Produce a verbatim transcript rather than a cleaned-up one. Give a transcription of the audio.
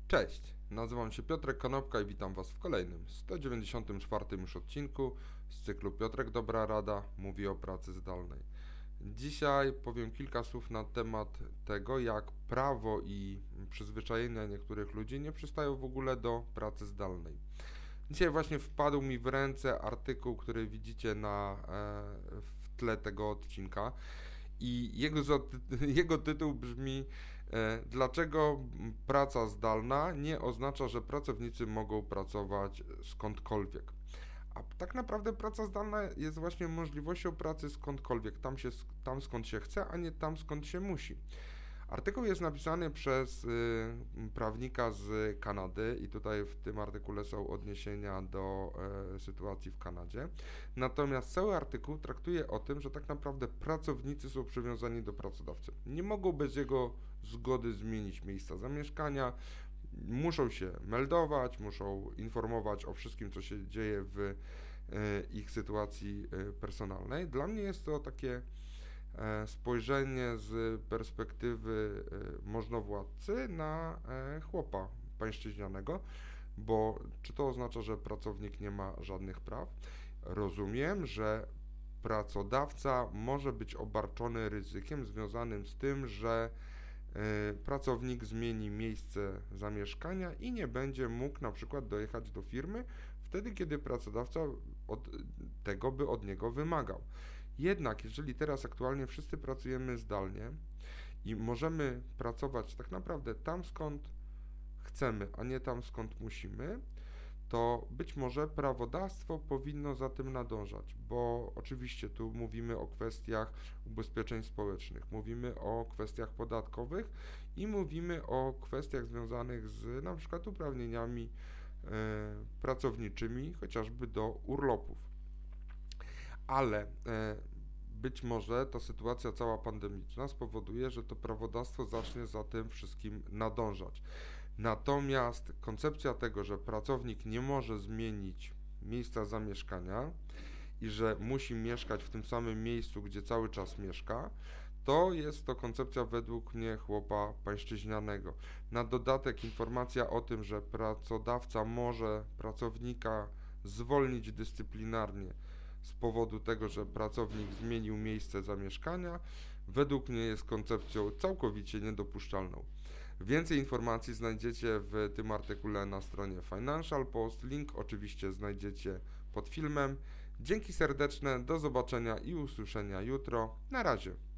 Cześć, nazywam się Piotrek Konopka i witam Was w kolejnym, sto dziewięćdziesiątym czwartym już odcinku z cyklu Piotrek Dobra Rada mówi o pracy zdalnej. Dzisiaj powiem kilka słów na temat tego, jak prawo i przyzwyczajenia niektórych ludzi nie przystają w ogóle do pracy zdalnej. Dzisiaj właśnie wpadł mi w ręce artykuł, który widzicie na, e, w tle tego odcinka. I jego, jego tytuł brzmi e, Dlaczego praca zdalna nie oznacza, że pracownicy mogą pracować skądkolwiek. A tak naprawdę praca zdalna jest właśnie możliwością pracy skądkolwiek, tam, się, tam skąd się chce, a nie tam skąd się musi. Artykuł jest napisany przez y, prawnika z Kanady i tutaj w tym artykule są odniesienia do y, sytuacji w Kanadzie. Natomiast cały artykuł traktuje o tym, że tak naprawdę pracownicy są przywiązani do pracodawcy. Nie mogą bez jego zgody zmienić miejsca zamieszkania, muszą się meldować, muszą informować o wszystkim, co się dzieje w y, ich sytuacji y, personalnej. Dla mnie jest to takie spojrzenie z perspektywy możnowładcy na chłopa pańszczyźnianego, bo czy to oznacza, że pracownik nie ma żadnych praw? Rozumiem, że pracodawca może być obarczony ryzykiem związanym z tym, że pracownik zmieni miejsce zamieszkania i nie będzie mógł na przykład dojechać do firmy wtedy, kiedy pracodawca od tego by od niego wymagał. Jednak jeżeli teraz aktualnie wszyscy pracujemy zdalnie i możemy pracować tak naprawdę tam, skąd chcemy, a nie tam, skąd musimy, to być może prawodawstwo powinno za tym nadążać, bo oczywiście tu mówimy o kwestiach ubezpieczeń społecznych, mówimy o kwestiach podatkowych i mówimy o kwestiach związanych z na przykład uprawnieniami e, pracowniczymi, chociażby do urlopów. Ale e, być może ta sytuacja cała pandemiczna spowoduje, że to prawodawstwo zacznie za tym wszystkim nadążać. Natomiast koncepcja tego, że pracownik nie może zmienić miejsca zamieszkania i że musi mieszkać w tym samym miejscu, gdzie cały czas mieszka, to jest to koncepcja według mnie chłopa pańszczyźnianego. Na dodatek informacja o tym, że pracodawca może pracownika zwolnić dyscyplinarnie z powodu tego, że pracownik zmienił miejsce zamieszkania, według mnie jest koncepcją całkowicie niedopuszczalną. Więcej informacji znajdziecie w tym artykule na stronie Financial Post. Link oczywiście znajdziecie pod filmem. Dzięki serdeczne, do zobaczenia i usłyszenia jutro. Na razie.